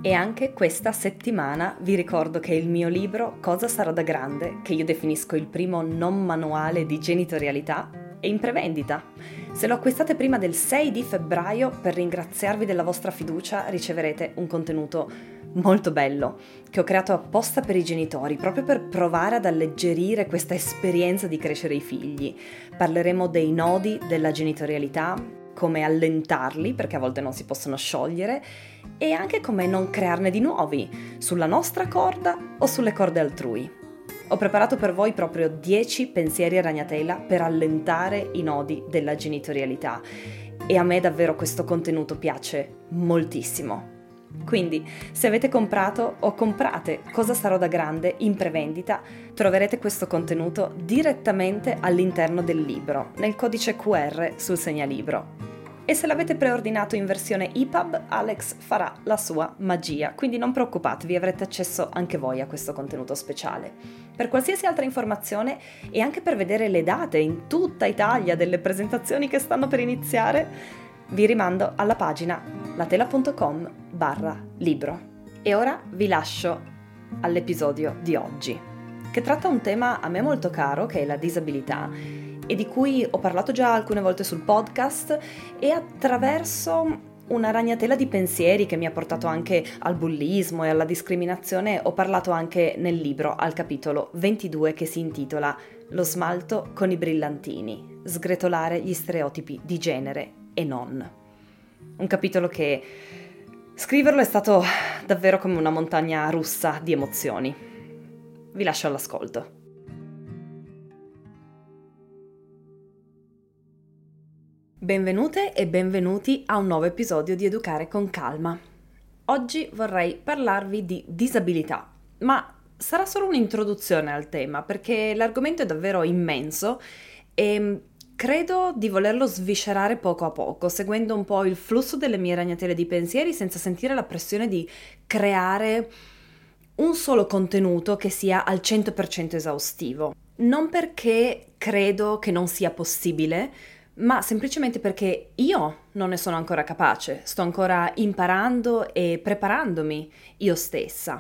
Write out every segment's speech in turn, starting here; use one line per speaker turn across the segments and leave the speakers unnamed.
E anche questa settimana vi ricordo che il mio libro Cosa sarò da grande, che io definisco il primo non manuale di genitorialità, è in prevendita. Se lo acquistate prima del 6 di febbraio, per ringraziarvi della vostra fiducia, riceverete un contenuto molto bello, che ho creato apposta per i genitori, proprio per provare ad alleggerire questa esperienza di crescere i figli. Parleremo dei nodi della genitorialità, come allentarli, perché a volte non si possono sciogliere, e anche come non crearne di nuovi, sulla nostra corda o sulle corde altrui. Ho preparato per voi proprio 10 pensieri a ragnatela per allentare i nodi della genitorialità e a me davvero questo contenuto piace moltissimo. Quindi, se avete comprato o comprate Cosa sarò da grande in prevendita, troverete questo contenuto direttamente all'interno del libro, nel codice QR sul segnalibro. E se l'avete preordinato in versione EPUB, Alex farà la sua magia, quindi non preoccupatevi, avrete accesso anche voi a questo contenuto speciale. Per qualsiasi altra informazione e anche per vedere le date in tutta Italia delle presentazioni che stanno per iniziare, vi rimando alla pagina latela.com/libro. E ora vi lascio all'episodio di oggi, che tratta un tema a me molto caro, che è la disabilità, e di cui ho parlato già alcune volte sul podcast e attraverso una ragnatela di pensieri che mi ha portato anche al bullismo e alla discriminazione ho parlato anche nel libro al capitolo 22 che si intitola Lo smalto con i brillantini, sgretolare gli stereotipi di genere e non. Un capitolo che scriverlo è stato davvero come una montagna russa di emozioni. Vi lascio all'ascolto. Benvenute e benvenuti a un nuovo episodio di Educare con Calma. Oggi vorrei parlarvi di disabilità, ma sarà solo un'introduzione al tema perché l'argomento è davvero immenso e credo di volerlo sviscerare poco a poco, seguendo un po' il flusso delle mie ragnatele di pensieri senza sentire la pressione di creare un solo contenuto che sia al 100% esaustivo. Non perché credo che non sia possibile, ma semplicemente perché io non ne sono ancora capace, sto ancora imparando e preparandomi io stessa,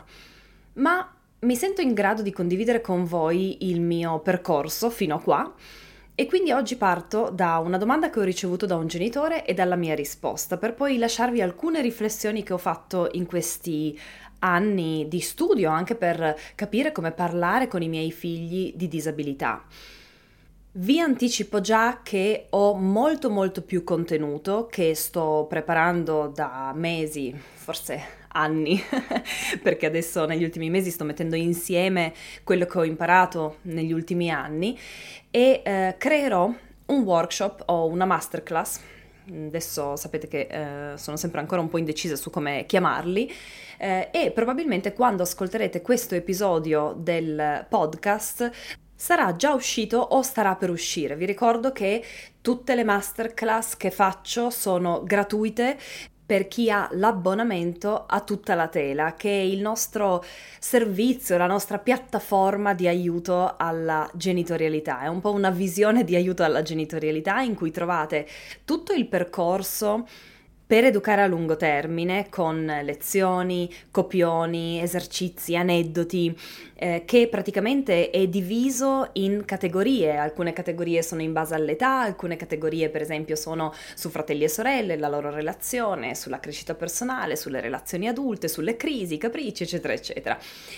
ma mi sento in grado di condividere con voi il mio percorso fino a qua e quindi oggi parto da una domanda che ho ricevuto da un genitore e dalla mia risposta, per poi lasciarvi alcune riflessioni che ho fatto in questi anni di studio, anche per capire come parlare con i miei figli di disabilità. Vi anticipo già che ho molto più contenuto che sto preparando da mesi, forse anni, perché adesso negli ultimi mesi sto mettendo insieme quello che ho imparato negli ultimi anni e creerò un workshop o una masterclass. Adesso sapete che sono sempre ancora un po' indecisa su come chiamarli e probabilmente quando ascolterete questo episodio del podcast sarà già uscito o starà per uscire. Vi ricordo che tutte le masterclass che faccio sono gratuite per chi ha l'abbonamento a Tutta la Tela, che è il nostro servizio, la nostra piattaforma di aiuto alla genitorialità. È un po' una visione di aiuto alla genitorialità in cui trovate tutto il percorso per educare a lungo termine con lezioni, copioni, esercizi, aneddoti, che praticamente è diviso in categorie. Alcune categorie sono in base all'età, alcune categorie per esempio sono su fratelli e sorelle, la loro relazione, sulla crescita personale, sulle relazioni adulte, sulle crisi, capricci, eccetera, eccetera.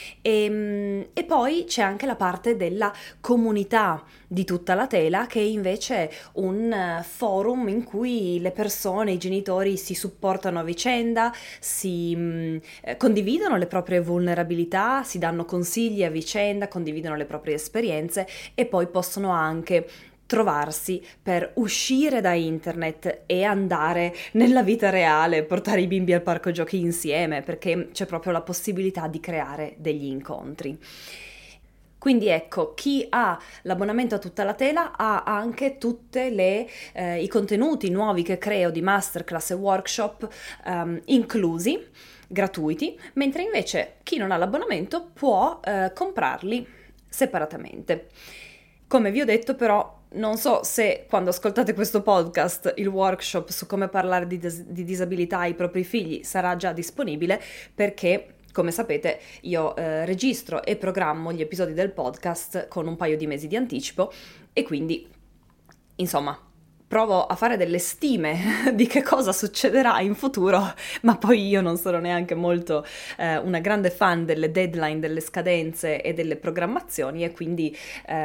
E poi c'è anche la parte della comunità di Tutta la Tela, che è invece un forum in cui le persone, i genitori si supportano a vicenda, si condividono le proprie vulnerabilità, si danno consigli a vicenda, condividono le proprie esperienze e poi possono anche trovarsi per uscire da internet e andare nella vita reale, portare i bimbi al parco giochi insieme, perché c'è proprio la possibilità di creare degli incontri. Quindi ecco, chi ha l'abbonamento a Tutta la Tela ha anche tutte i contenuti nuovi che creo di masterclass e workshop inclusi, gratuiti, mentre invece chi non ha l'abbonamento può comprarli separatamente. Come vi ho detto però, non so se quando ascoltate questo podcast il workshop su come parlare di disabilità ai propri figli sarà già disponibile, perché come sapete io registro e programmo gli episodi del podcast con un paio di mesi di anticipo e quindi, insomma, provo a fare delle stime di che cosa succederà in futuro, ma poi io non sono neanche molto una grande fan delle deadline, delle scadenze e delle programmazioni, e quindi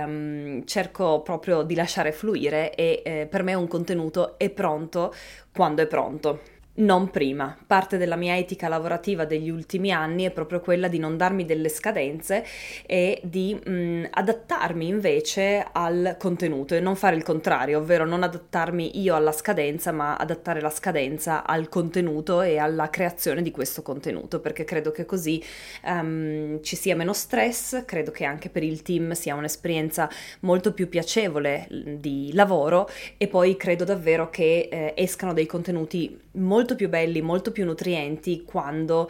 cerco proprio di lasciare fluire e per me un contenuto è pronto quando è pronto. Non prima. Parte della mia etica lavorativa degli ultimi anni è proprio quella di non darmi delle scadenze e di adattarmi invece al contenuto e non fare il contrario, ovvero non adattarmi io alla scadenza, ma adattare la scadenza al contenuto e alla creazione di questo contenuto, perché credo che così ci sia meno stress, credo che anche per il team sia un'esperienza molto più piacevole di lavoro, e poi credo davvero che escano dei contenuti molto più belli, molto più nutrienti quando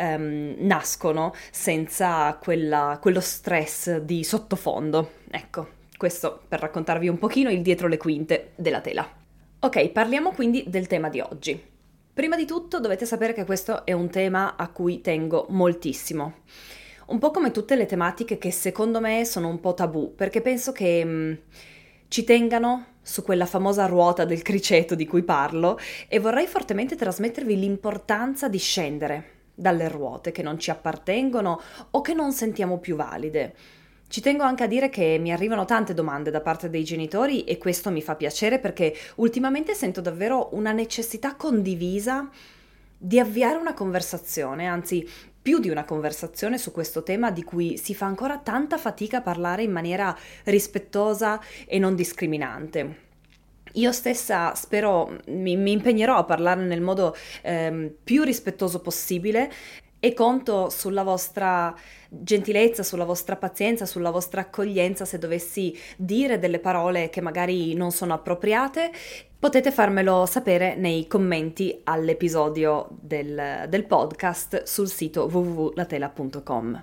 nascono senza quello stress di sottofondo. Ecco, questo per raccontarvi un pochino il dietro le quinte della tela. Ok, parliamo quindi del tema di oggi. Prima di tutto dovete sapere che questo è un tema a cui tengo moltissimo. Un po' come tutte le tematiche che secondo me sono un po' tabù, perché penso che ci tengano su quella famosa ruota del criceto di cui parlo, e vorrei fortemente trasmettervi l'importanza di scendere dalle ruote che non ci appartengono o che non sentiamo più valide. Ci tengo anche a dire che mi arrivano tante domande da parte dei genitori e questo mi fa piacere, perché ultimamente sento davvero una necessità condivisa di avviare una conversazione, anzi più di una conversazione su questo tema di cui si fa ancora tanta fatica a parlare in maniera rispettosa e non discriminante. Io stessa spero, mi impegnerò a parlarne nel modo più rispettoso possibile, e conto sulla vostra gentilezza, sulla vostra pazienza, sulla vostra accoglienza se dovessi dire delle parole che magari non sono appropriate. Potete farmelo sapere nei commenti all'episodio del podcast sul sito www.latela.com.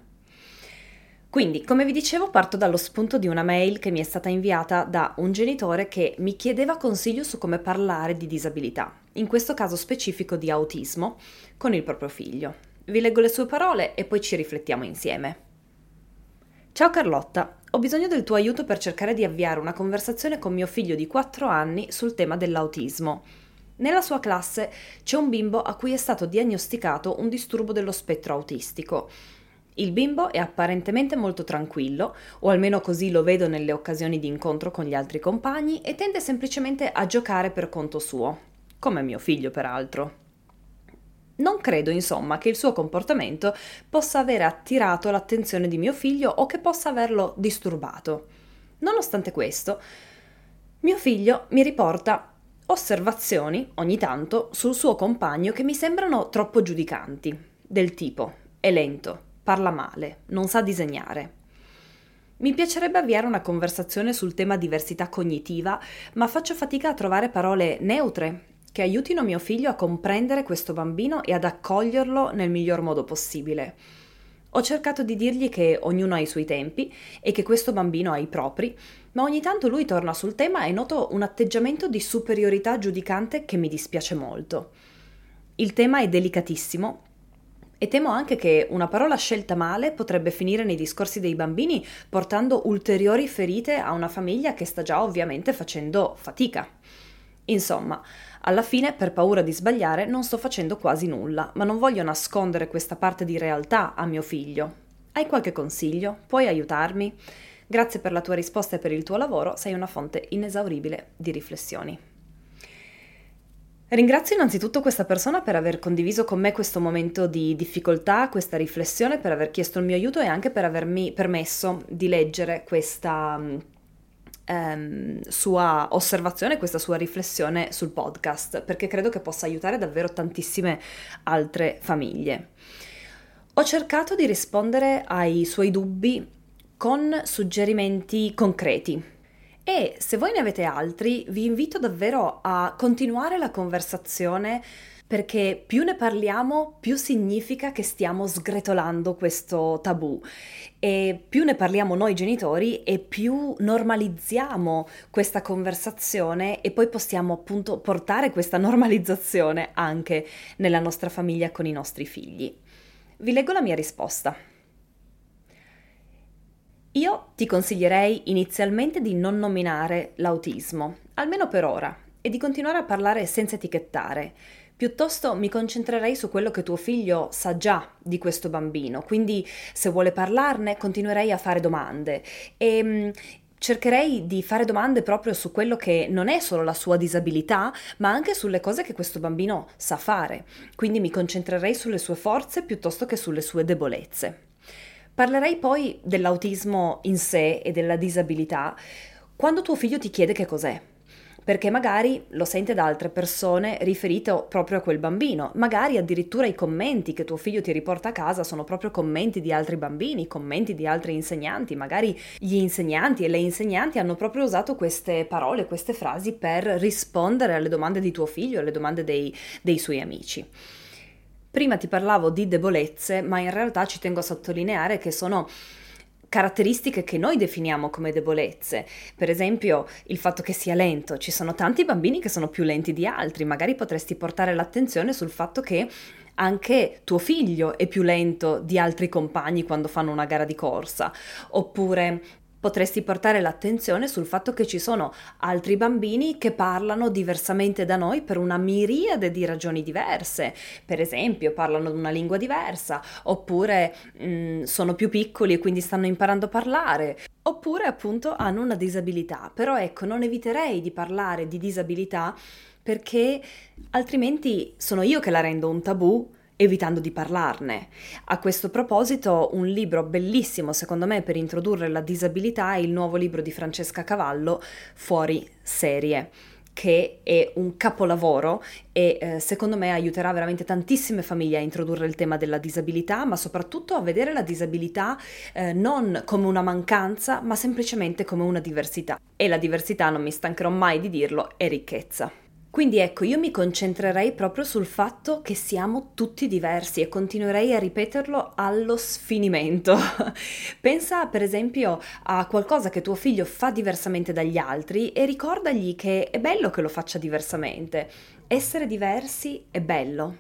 Quindi, come vi dicevo, parto dallo spunto di una mail che mi è stata inviata da un genitore che mi chiedeva consiglio su come parlare di disabilità, in questo caso specifico di autismo, con il proprio figlio. Vi leggo le sue parole e poi ci riflettiamo insieme. Ciao Carlotta, ho bisogno del tuo aiuto per cercare di avviare una conversazione con mio figlio di 4 anni sul tema dell'autismo. Nella sua classe c'è un bimbo a cui è stato diagnosticato un disturbo dello spettro autistico. Il bimbo è apparentemente molto tranquillo, o almeno così lo vedo nelle occasioni di incontro con gli altri compagni, e tende semplicemente a giocare per conto suo, come mio figlio peraltro. Non credo, insomma, che il suo comportamento possa avere attirato l'attenzione di mio figlio o che possa averlo disturbato. Nonostante questo, mio figlio mi riporta osservazioni, ogni tanto, sul suo compagno che mi sembrano troppo giudicanti, del tipo: è lento, parla male, non sa disegnare. Mi piacerebbe avviare una conversazione sul tema diversità cognitiva, ma faccio fatica a trovare parole neutre che aiutino mio figlio a comprendere questo bambino e ad accoglierlo nel miglior modo possibile. Ho cercato di dirgli che ognuno ha i suoi tempi e che questo bambino ha i propri, ma ogni tanto lui torna sul tema e noto un atteggiamento di superiorità giudicante che mi dispiace molto. Il tema è delicatissimo e temo anche che una parola scelta male potrebbe finire nei discorsi dei bambini, portando ulteriori ferite a una famiglia che sta già ovviamente facendo fatica. Insomma, alla fine, per paura di sbagliare, non sto facendo quasi nulla, ma non voglio nascondere questa parte di realtà a mio figlio. Hai qualche consiglio? Puoi aiutarmi? Grazie per la tua risposta e per il tuo lavoro, sei una fonte inesauribile di riflessioni. Ringrazio innanzitutto questa persona per aver condiviso con me questo momento di difficoltà, questa riflessione, per aver chiesto il mio aiuto e anche per avermi permesso di leggere questa sua osservazione, questa sua riflessione sul podcast, perché credo che possa aiutare davvero tantissime altre famiglie. Ho cercato di rispondere ai suoi dubbi con suggerimenti concreti E se voi ne avete altri, vi invito davvero a continuare la conversazione, perché più ne parliamo, più significa che stiamo sgretolando questo tabù, e più ne parliamo noi genitori e più normalizziamo questa conversazione, e poi possiamo appunto portare questa normalizzazione anche nella nostra famiglia con i nostri figli. Vi leggo la mia risposta. Io ti consiglierei inizialmente di non nominare l'autismo, almeno per ora, e di continuare a parlare senza etichettare. Piuttosto mi concentrerei su quello che tuo figlio sa già di questo bambino, quindi se vuole parlarne continuerei a fare domande e cercherei di fare domande proprio su quello che non è solo la sua disabilità, ma anche sulle cose che questo bambino sa fare. Quindi mi concentrerei sulle sue forze piuttosto che sulle sue debolezze. Parlerei poi dell'autismo in sé e della disabilità quando tuo figlio ti chiede che cos'è, perché magari lo sente da altre persone riferito proprio a quel bambino, magari addirittura i commenti che tuo figlio ti riporta a casa sono proprio commenti di altri bambini, commenti di altri insegnanti, magari gli insegnanti e le insegnanti hanno proprio usato queste parole, queste frasi per rispondere alle domande di tuo figlio, alle domande dei suoi amici. Prima ti parlavo di debolezze, ma in realtà ci tengo a sottolineare che sono caratteristiche che noi definiamo come debolezze. Per esempio, il fatto che sia lento. Ci sono tanti bambini che sono più lenti di altri, magari potresti portare l'attenzione sul fatto che anche tuo figlio è più lento di altri compagni quando fanno una gara di corsa, oppure potresti portare l'attenzione sul fatto che ci sono altri bambini che parlano diversamente da noi per una miriade di ragioni diverse. Per esempio, parlano una lingua diversa, oppure sono più piccoli e quindi stanno imparando a parlare, oppure appunto hanno una disabilità. Però ecco, non eviterei di parlare di disabilità perché altrimenti sono io che la rendo un tabù, evitando di parlarne. A questo proposito, un libro bellissimo secondo me per introdurre la disabilità è il nuovo libro di Francesca Cavallo, Fuori serie, che è un capolavoro e secondo me aiuterà veramente tantissime famiglie a introdurre il tema della disabilità, ma soprattutto a vedere la disabilità non come una mancanza, ma semplicemente come una diversità. E la diversità, non mi stancherò mai di dirlo, è ricchezza. Quindi ecco, io mi concentrerei proprio sul fatto che siamo tutti diversi e continuerei a ripeterlo allo sfinimento. Pensa per esempio a qualcosa che tuo figlio fa diversamente dagli altri e ricordagli che è bello che lo faccia diversamente. Essere diversi è bello.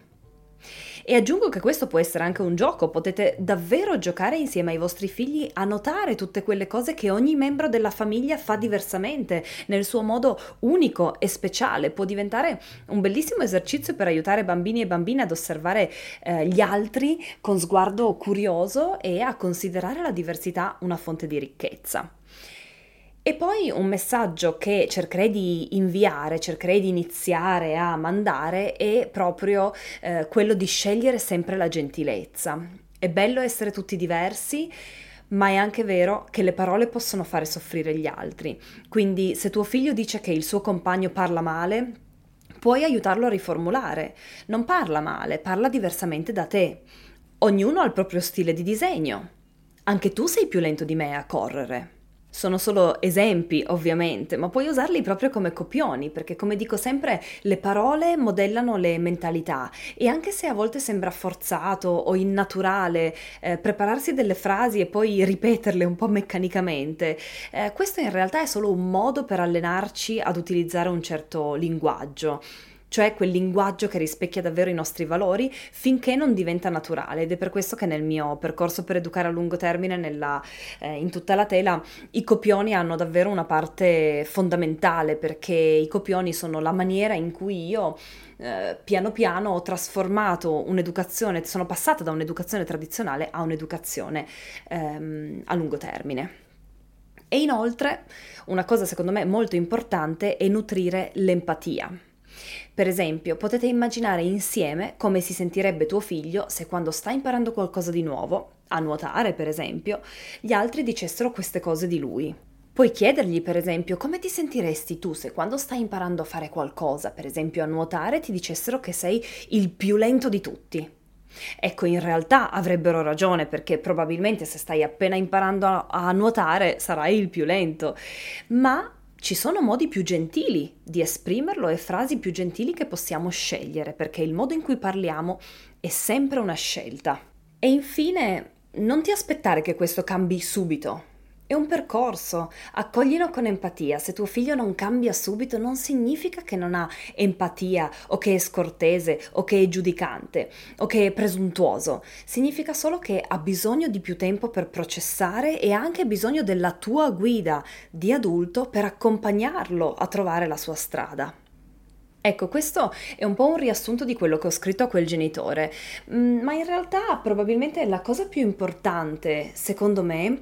E aggiungo che questo può essere anche un gioco, potete davvero giocare insieme ai vostri figli a notare tutte quelle cose che ogni membro della famiglia fa diversamente, nel suo modo unico e speciale. Può diventare un bellissimo esercizio per aiutare bambini e bambine ad osservare gli altri con sguardo curioso e a considerare la diversità una fonte di ricchezza. E poi un messaggio che cercherei di inviare, cercherei di iniziare a mandare è proprio quello di scegliere sempre la gentilezza. È bello essere tutti diversi, ma è anche vero che le parole possono fare soffrire gli altri. Quindi se tuo figlio dice che il suo compagno parla male, puoi aiutarlo a riformulare. Non parla male, parla diversamente da te. Ognuno ha il proprio stile di disegno. Anche tu sei più lento di me a correre. Sono solo esempi, ovviamente, ma puoi usarli proprio come copioni, perché come dico sempre, le parole modellano le mentalità e anche se a volte sembra forzato o innaturale prepararsi delle frasi e poi ripeterle un po' meccanicamente, questo in realtà è solo un modo per allenarci ad utilizzare un certo linguaggio. Cioè quel linguaggio che rispecchia davvero i nostri valori finché non diventa naturale, ed è per questo che nel mio percorso per educare a lungo termine in tutta la tela i copioni hanno davvero una parte fondamentale, perché i copioni sono la maniera in cui io piano piano ho trasformato un'educazione, sono passata da un'educazione tradizionale a un'educazione a lungo termine. E inoltre una cosa secondo me molto importante è nutrire l'empatia. Per esempio, potete immaginare insieme come si sentirebbe tuo figlio se quando sta imparando qualcosa di nuovo, a nuotare per esempio, gli altri dicessero queste cose di lui. Puoi chiedergli per esempio come ti sentiresti tu se quando stai imparando a fare qualcosa, per esempio a nuotare, ti dicessero che sei il più lento di tutti. Ecco, in realtà avrebbero ragione, perché probabilmente se stai appena imparando a nuotare sarai il più lento, ma ci sono modi più gentili di esprimerlo e frasi più gentili che possiamo scegliere, perché il modo in cui parliamo è sempre una scelta. E infine, non ti aspettare che questo cambi subito. È un percorso, accoglilo con empatia. Se tuo figlio non cambia subito, non significa che non ha empatia o che è scortese o che è giudicante o che è presuntuoso. Significa solo che ha bisogno di più tempo per processare e ha anche bisogno della tua guida di adulto per accompagnarlo a trovare la sua strada. Ecco, questo è un po' un riassunto di quello che ho scritto a quel genitore, ma in realtà probabilmente la cosa più importante, secondo me,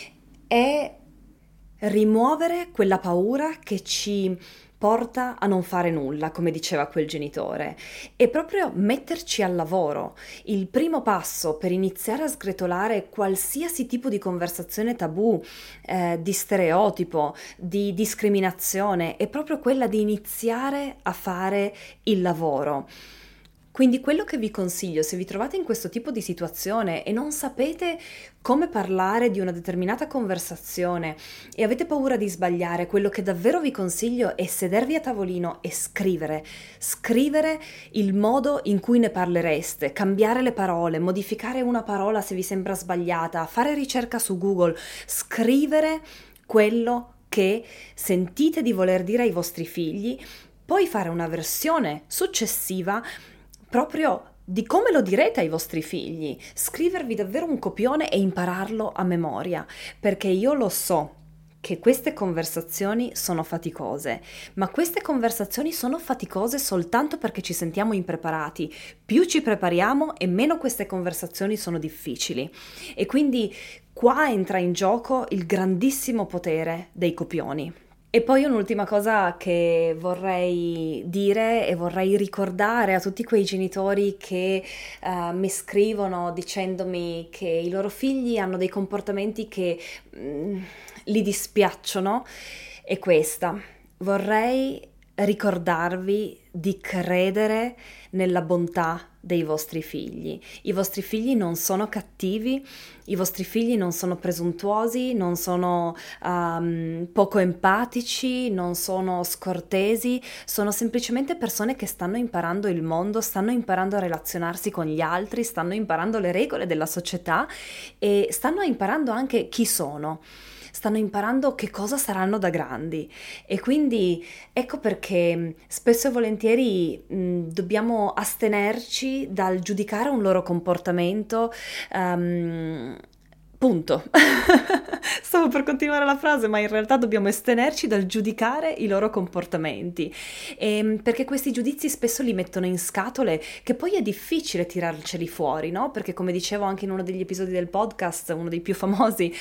è rimuovere quella paura che ci porta a non fare nulla, come diceva quel genitore, e proprio metterci al lavoro. Il primo passo per iniziare a sgretolare qualsiasi tipo di conversazione tabù, di stereotipo, di discriminazione, è proprio quella di iniziare a fare il lavoro. Quindi quello che vi consiglio, se vi trovate in questo tipo di situazione e non sapete come parlare di una determinata conversazione e avete paura di sbagliare, quello che davvero vi consiglio è sedervi a tavolino e scrivere il modo in cui ne parlereste, cambiare le parole, modificare una parola se vi sembra sbagliata, fare ricerca su Google, scrivere quello che sentite di voler dire ai vostri figli, poi fare una versione successiva proprio di come lo direte ai vostri figli, scrivervi davvero un copione e impararlo a memoria, perché io lo so che queste conversazioni sono faticose, ma queste conversazioni sono faticose soltanto perché ci sentiamo impreparati. Più ci prepariamo e meno queste conversazioni sono difficili. E quindi qua entra in gioco il grandissimo potere dei copioni. E poi un'ultima cosa che vorrei dire e vorrei ricordare a tutti quei genitori che mi scrivono dicendomi che i loro figli hanno dei comportamenti che li dispiacciono è questa. Vorrei ricordarvi di credere nella bontà dei vostri figli. I vostri figli non sono cattivi, i vostri figli non sono presuntuosi, non sono poco empatici, non sono scortesi, sono semplicemente persone che stanno imparando il mondo, stanno imparando a relazionarsi con gli altri, stanno imparando le regole della società e stanno imparando anche chi sono. Stanno imparando che cosa saranno da grandi e quindi ecco perché spesso e volentieri dobbiamo astenerci dal giudicare un loro comportamento. Punto. Stavo per continuare la frase, ma in realtà dobbiamo astenerci dal giudicare i loro comportamenti, perché questi giudizi spesso li mettono in scatole che poi è difficile tirarceli fuori, no? Perché come dicevo anche in uno degli episodi del podcast, uno dei più famosi,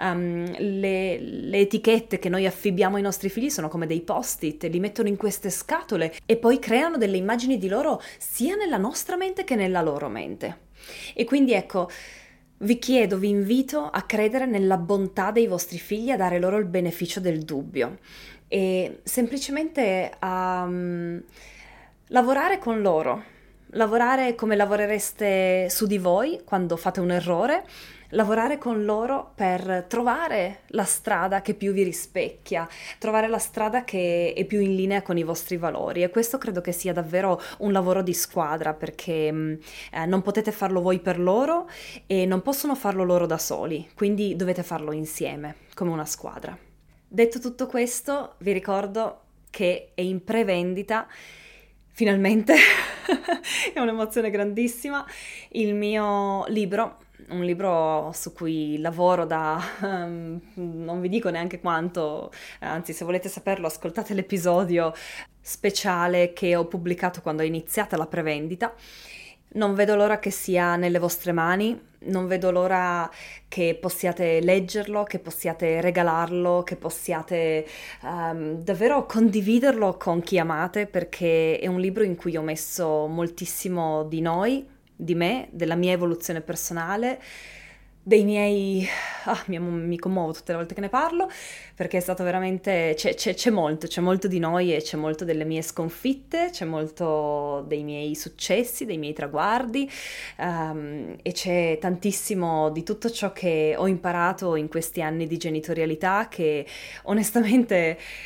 le etichette che noi affibbiamo ai nostri figli sono come dei post-it, li mettono in queste scatole e poi creano delle immagini di loro sia nella nostra mente che nella loro mente. E quindi ecco, vi invito a credere nella bontà dei vostri figli, a dare loro il beneficio del dubbio e semplicemente a lavorare con loro, lavorare come lavorereste su di voi quando fate un errore, lavorare con loro per trovare la strada che più vi rispecchia, trovare la strada che è più in linea con i vostri valori e questo credo che sia davvero un lavoro di squadra perché non potete farlo voi per loro e non possono farlo loro da soli, quindi dovete farlo insieme, come una squadra. Detto tutto questo, vi ricordo che è in prevendita finalmente, è un'emozione grandissima, il mio libro, un libro su cui lavoro da non vi dico neanche quanto, anzi se volete saperlo ascoltate l'episodio speciale che ho pubblicato quando è iniziata la prevendita. Non vedo l'ora che sia nelle vostre mani, non vedo l'ora che possiate leggerlo, che possiate regalarlo, che possiate davvero condividerlo con chi amate, perché è un libro in cui ho messo moltissimo di noi, di me, della mia evoluzione personale, dei miei... mi commuovo tutte le volte che ne parlo, perché è stato veramente... c'è molto di noi e c'è molto delle mie sconfitte, c'è molto dei miei successi, dei miei traguardi, e c'è tantissimo di tutto ciò che ho imparato in questi anni di genitorialità che onestamente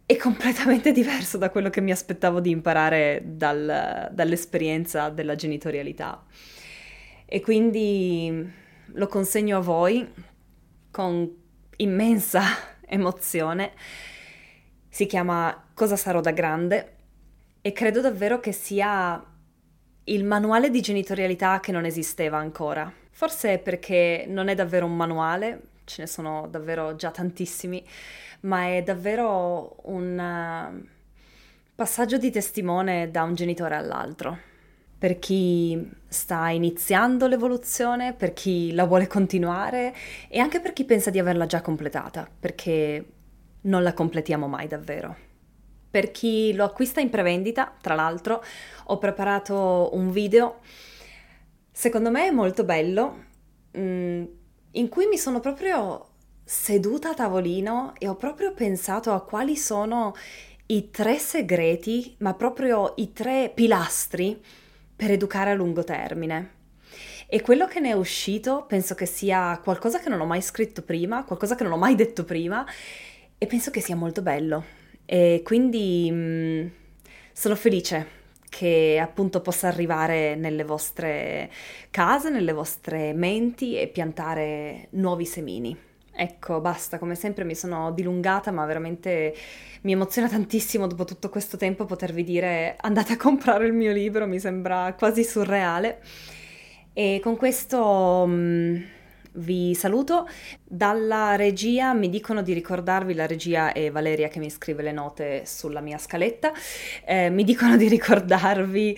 è completamente diverso da quello che mi aspettavo di imparare dall'esperienza della genitorialità. E quindi lo consegno a voi con immensa emozione. Si chiama Cosa sarò da grande e credo davvero che sia il manuale di genitorialità che non esisteva ancora. Forse è perché non è davvero un manuale, ce ne sono davvero già tantissimi, ma è davvero un passaggio di testimone da un genitore all'altro. Per chi sta iniziando l'evoluzione, per chi la vuole continuare e anche per chi pensa di averla già completata, perché non la completiamo mai davvero. Per chi lo acquista in prevendita, tra l'altro, ho preparato un video, secondo me molto bello, in cui mi sono proprio seduta a tavolino e ho proprio pensato a quali sono i 3 segreti, ma proprio i 3 pilastri per educare a lungo termine. E quello che ne è uscito penso che sia qualcosa che non ho mai scritto prima, qualcosa che non ho mai detto prima e penso che sia molto bello. E quindi sono felice che appunto possa arrivare nelle vostre case, nelle vostre menti e piantare nuovi semini. Ecco, basta, come sempre mi sono dilungata, ma veramente mi emoziona tantissimo dopo tutto questo tempo potervi dire andate a comprare il mio libro, mi sembra quasi surreale. E con questo vi saluto. Dalla regia mi dicono di ricordarvi, la regia è Valeria che mi scrive le note sulla mia scaletta, mi dicono di ricordarvi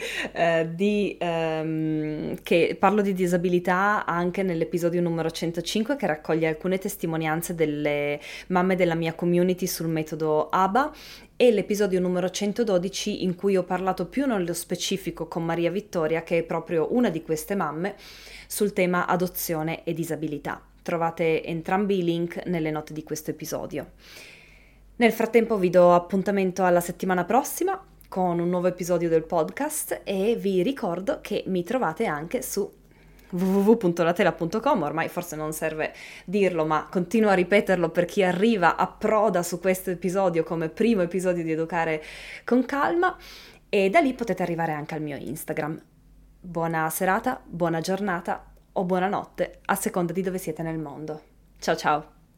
che parlo di disabilità anche nell'episodio numero 105 che raccoglie alcune testimonianze delle mamme della mia community sul metodo ABA e l'episodio numero 112 in cui ho parlato più nello specifico con Maria Vittoria, che è proprio una di queste mamme, sul tema adozione e disabilità. Trovate entrambi i link nelle note di questo episodio. Nel frattempo vi do appuntamento alla settimana prossima con un nuovo episodio del podcast e vi ricordo che mi trovate anche su www.latela.com, ormai forse non serve dirlo, ma continuo a ripeterlo per chi arriva, approda su questo episodio come primo episodio di Educare con Calma e da lì potete arrivare anche al mio Instagram. Buona serata, buona giornata o buonanotte, a seconda di dove siete nel mondo. Ciao ciao!